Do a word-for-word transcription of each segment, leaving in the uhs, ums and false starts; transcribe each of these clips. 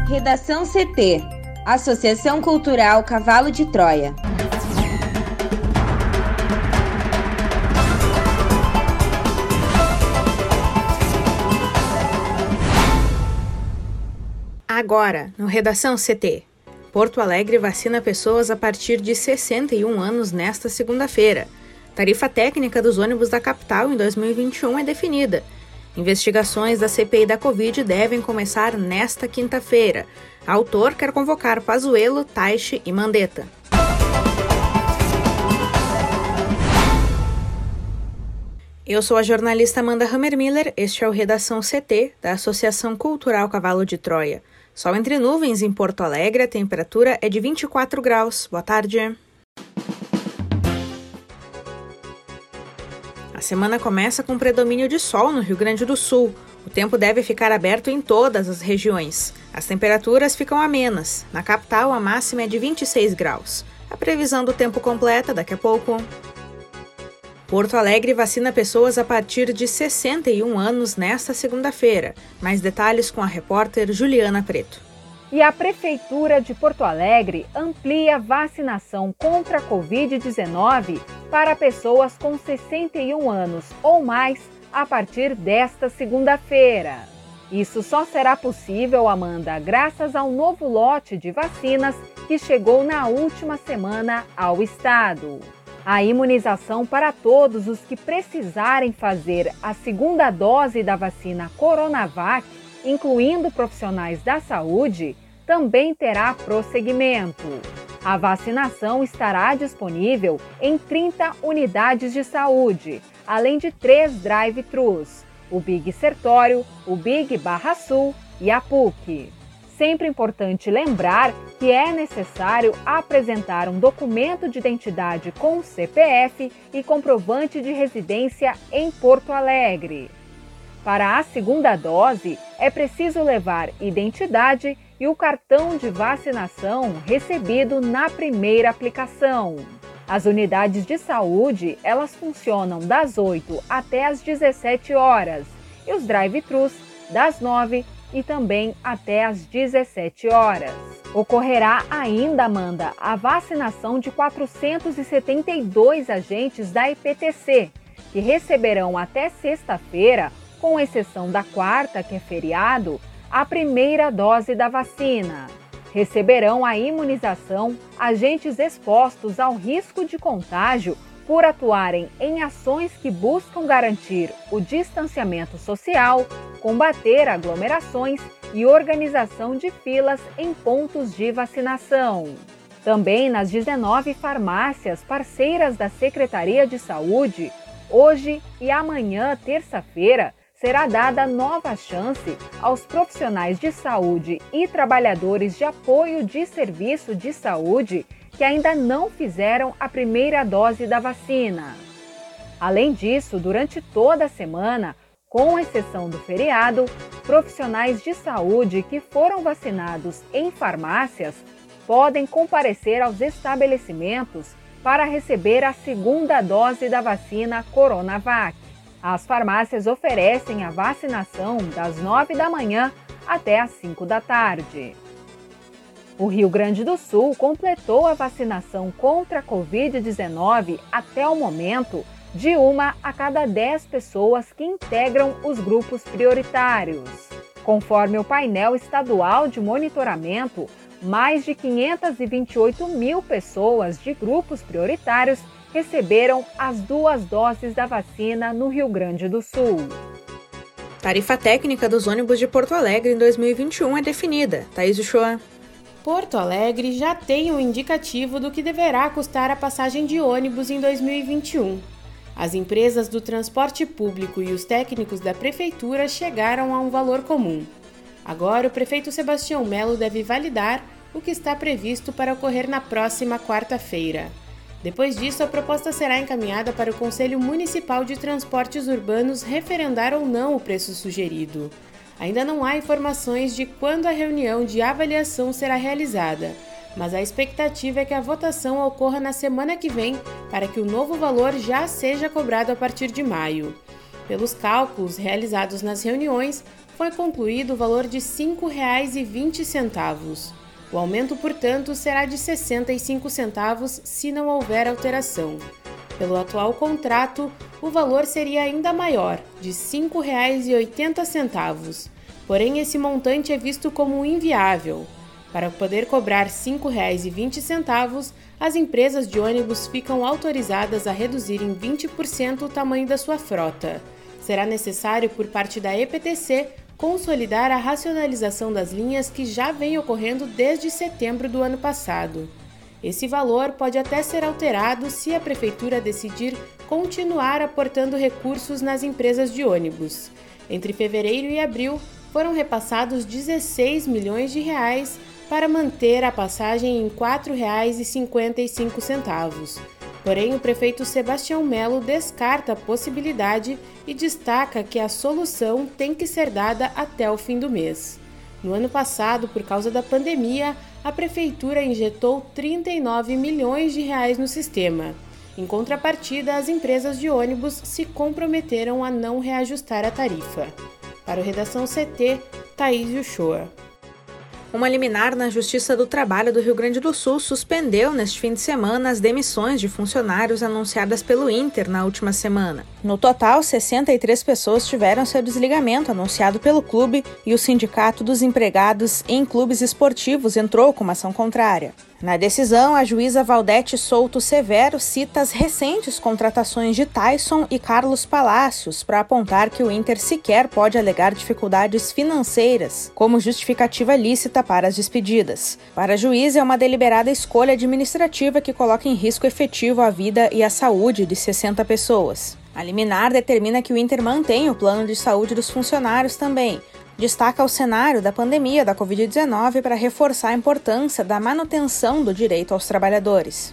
Redação C T, Associação Cultural Cavalo de Troia. Agora, no Redação C T. Porto Alegre vacina pessoas a partir de sessenta e um anos nesta segunda-feira. Tarifa técnica dos ônibus da capital em dois mil e vinte e um é definida. Investigações da C P I da Covid devem começar nesta quinta-feira. Autor quer convocar Pazuello, Taixe e Mandetta. Eu sou a jornalista Amanda Hammermiller, este é o Redação C T, da Associação Cultural Cavalo de Troia. Sol entre nuvens em Porto Alegre, a temperatura é de vinte e quatro graus. Boa tarde. A semana começa com predomínio de sol no Rio Grande do Sul. O tempo deve ficar aberto em todas as regiões. As temperaturas ficam amenas. Na capital, a máxima é de vinte e seis graus. A previsão do tempo completa daqui a pouco. Porto Alegre vacina pessoas a partir de sessenta e um anos nesta segunda-feira. Mais detalhes com a repórter Juliana Preto. E a Prefeitura de Porto Alegre amplia a vacinação contra a covid dezenove para pessoas com sessenta e um anos ou mais a partir desta segunda-feira. Isso só será possível, Amanda, graças ao novo lote de vacinas que chegou na última semana ao estado. A imunização para todos os que precisarem fazer a segunda dose da vacina Coronavac, incluindo profissionais da saúde, também terá prosseguimento. A vacinação estará disponível em trinta unidades de saúde, além de três drive-thrus, o Big Sertório, o Big Barra Sul e a P U C. Sempre importante lembrar que é necessário apresentar um documento de identidade com C P F e comprovante de residência em Porto Alegre. Para a segunda dose, é preciso levar identidade e o cartão de vacinação recebido na primeira aplicação. As unidades de saúde, elas funcionam das oito até as dezessete horas e os drive-thrus das nove e também até as dezessete horas. Ocorrerá ainda, Amanda, a vacinação de quatrocentos e setenta e dois agentes da I P T C, que receberão até sexta-feira, com exceção da quarta, que é feriado, a primeira dose da vacina. Receberão a imunização agentes expostos ao risco de contágio por atuarem em ações que buscam garantir o distanciamento social, combater aglomerações e organização de filas em pontos de vacinação. Também nas dezenove farmácias parceiras da Secretaria de Saúde, hoje e amanhã, terça-feira, será dada nova chance aos profissionais de saúde e trabalhadores de apoio de serviço de saúde que ainda não fizeram a primeira dose da vacina. Além disso, durante toda a semana, com exceção do feriado, profissionais de saúde que foram vacinados em farmácias podem comparecer aos estabelecimentos para receber a segunda dose da vacina Coronavac. As farmácias oferecem a vacinação das nove da manhã até às cinco da tarde. O Rio Grande do Sul completou a vacinação contra a covid dezenove até o momento de uma a cada dez pessoas que integram os grupos prioritários. Conforme o painel estadual de monitoramento, mais de quinhentas e vinte e oito mil pessoas de grupos prioritários receberam as duas doses da vacina no Rio Grande do Sul. Tarifa técnica dos ônibus de Porto Alegre em dois mil e vinte e um é definida. Thaís Uchoa. Porto Alegre já tem um indicativo do que deverá custar a passagem de ônibus em dois mil e vinte e um. As empresas do transporte público e os técnicos da prefeitura chegaram a um valor comum. Agora, o prefeito Sebastião Melo deve validar o que está previsto para ocorrer na próxima quarta-feira. Depois disso, a proposta será encaminhada para o Conselho Municipal de Transportes Urbanos referendar ou não o preço sugerido. Ainda não há informações de quando a reunião de avaliação será realizada, mas a expectativa é que a votação ocorra na semana que vem para que o novo valor já seja cobrado a partir de maio. Pelos cálculos realizados nas reuniões, foi concluído o valor de cinco reais e vinte centavos. O aumento, portanto, será de sessenta e cinco centavos se não houver alteração. Pelo atual contrato, o valor seria ainda maior, de cinco reais e oitenta centavos. Porém, esse montante é visto como inviável. Para poder cobrar cinco reais e vinte centavos, as empresas de ônibus ficam autorizadas a reduzir em vinte por cento o tamanho da sua frota. Será necessário, por parte da E P T C, consolidar a racionalização das linhas que já vem ocorrendo desde setembro do ano passado. Esse valor pode até ser alterado se a Prefeitura decidir continuar aportando recursos nas empresas de ônibus. Entre fevereiro e abril, foram repassados dezesseis milhões de reais para manter a passagem em quatro reais e cinquenta e cinco centavos. Porém, o prefeito Sebastião Melo descarta a possibilidade e destaca que a solução tem que ser dada até o fim do mês. No ano passado, por causa da pandemia, a prefeitura injetou trinta e nove milhões de reais no sistema. Em contrapartida, as empresas de ônibus se comprometeram a não reajustar a tarifa. Para o Redação C T, Thaís Uchoa. Uma liminar na Justiça do Trabalho do Rio Grande do Sul suspendeu neste fim de semana as demissões de funcionários anunciadas pelo Inter na última semana. No total, sessenta e três pessoas tiveram seu desligamento anunciado pelo clube e o Sindicato dos Empregados em Clubes Esportivos entrou com uma ação contrária. Na decisão, a juíza Valdete Souto Severo cita as recentes contratações de Tyson e Carlos Palácios para apontar que o Inter sequer pode alegar dificuldades financeiras como justificativa lícita para as despedidas. Para a juíza, é uma deliberada escolha administrativa que coloca em risco efetivo a vida e a saúde de sessenta pessoas. A liminar determina que o Inter mantém o plano de saúde dos funcionários também. Destaca o cenário da pandemia da covid dezenove para reforçar a importância da manutenção do direito aos trabalhadores.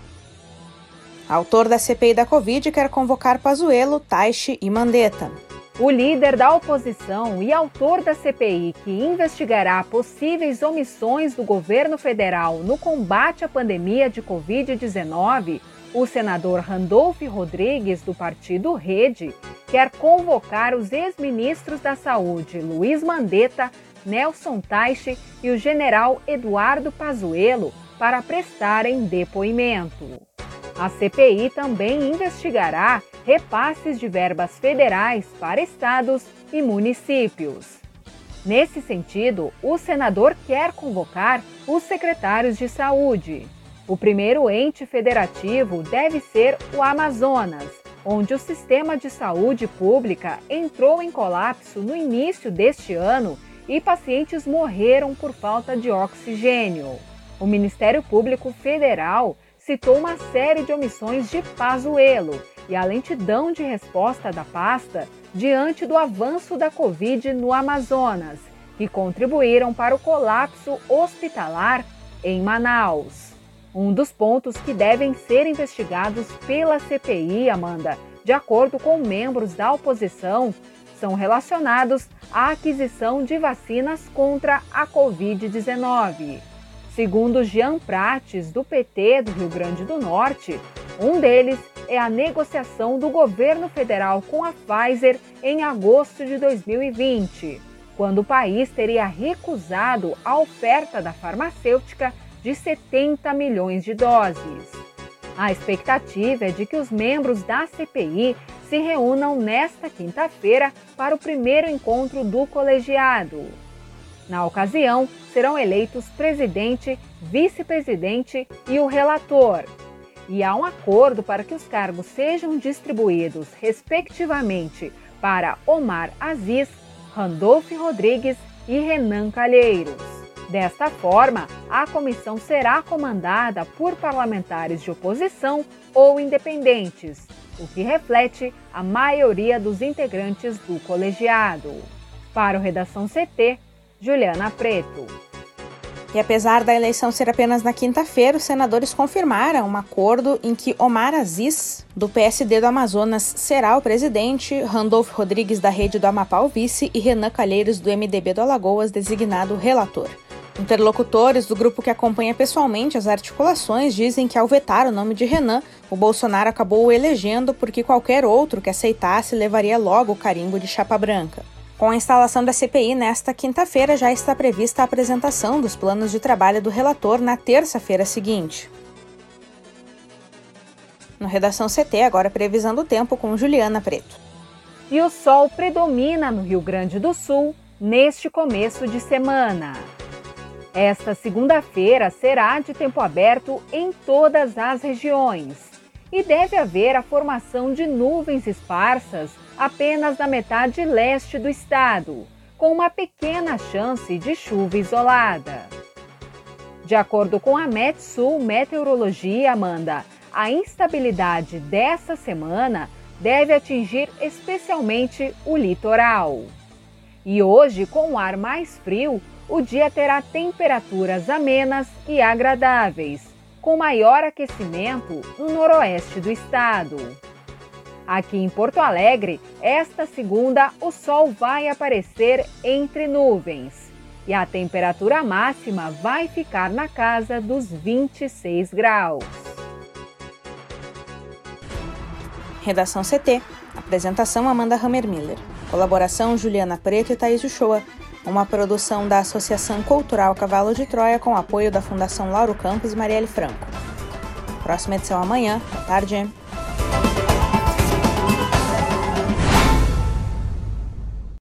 Autor da C P I da Covid quer convocar Pazuello, Taixe e Mandetta. O líder da oposição e autor da C P I que investigará possíveis omissões do governo federal no combate à pandemia de covid dezenove, o senador Randolph Rodrigues, do partido Rede, quer convocar os ex-ministros da Saúde Luiz Mandetta, Nelson Taixe e o general Eduardo Pazuello para prestarem depoimento. A C P I também investigará repasses de verbas federais para estados e municípios. Nesse sentido, o senador quer convocar os secretários de saúde. O primeiro ente federativo deve ser o Amazonas, onde o sistema de saúde pública entrou em colapso no início deste ano e pacientes morreram por falta de oxigênio. O Ministério Público Federal citou uma série de omissões de Pazuello e a lentidão de resposta da pasta diante do avanço da Covid no Amazonas, que contribuíram para o colapso hospitalar em Manaus. Um dos pontos que devem ser investigados pela C P I, Amanda, de acordo com membros da oposição, são relacionados à aquisição de vacinas contra a covid dezenove. Segundo Jean Prates, do P T do Rio Grande do Norte, um deles é a negociação do governo federal com a Pfizer em agosto de dois mil e vinte, quando o país teria recusado a oferta da farmacêutica de setenta milhões de doses. A expectativa é de que os membros da C P I se reúnam nesta quinta-feira para o primeiro encontro do colegiado. Na ocasião, serão eleitos presidente, vice-presidente e o relator. E há um acordo para que os cargos sejam distribuídos, respectivamente, para Omar Aziz, Randolph Rodrigues e Renan Calheiros. Desta forma, a comissão será comandada por parlamentares de oposição ou independentes, o que reflete a maioria dos integrantes do colegiado. Para o Redação C T, Juliana Preto. E apesar da eleição ser apenas na quinta-feira, os senadores confirmaram um acordo em que Omar Aziz, do P S D do Amazonas, será o presidente, Randolph Rodrigues, da Rede do Amapá, o vice, e Renan Calheiros, do M D B do Alagoas, designado relator. Um Interlocutores do grupo que acompanha pessoalmente as articulações dizem que, ao vetar o nome de Renan, o Bolsonaro acabou o elegendo porque qualquer outro que aceitasse levaria logo o carimbo de chapa branca. Com a instalação da C P I nesta quinta-feira, já está prevista a apresentação dos planos de trabalho do relator na terça-feira seguinte. No Redação C T, agora previsão do tempo com Juliana Preto. E o sol predomina no Rio Grande do Sul neste começo de semana. Esta segunda-feira será de tempo aberto em todas as regiões e deve haver a formação de nuvens esparsas apenas na metade leste do estado, com uma pequena chance de chuva isolada. De acordo com a Metsul Meteorologia, Amanda, a instabilidade dessa semana deve atingir especialmente o litoral. E hoje, com o ar mais frio, o dia terá temperaturas amenas e agradáveis, com maior aquecimento no noroeste do estado. Aqui em Porto Alegre, esta segunda, o sol vai aparecer entre nuvens e a temperatura máxima vai ficar na casa dos vinte e seis graus. Redação C T. Apresentação Amanda Hammermiller. Colaboração Juliana Preto e Thaís Uchoa. Uma produção da Associação Cultural Cavalo de Troia com apoio da Fundação Lauro Campos e Marielle Franco. Próxima edição amanhã, à tarde.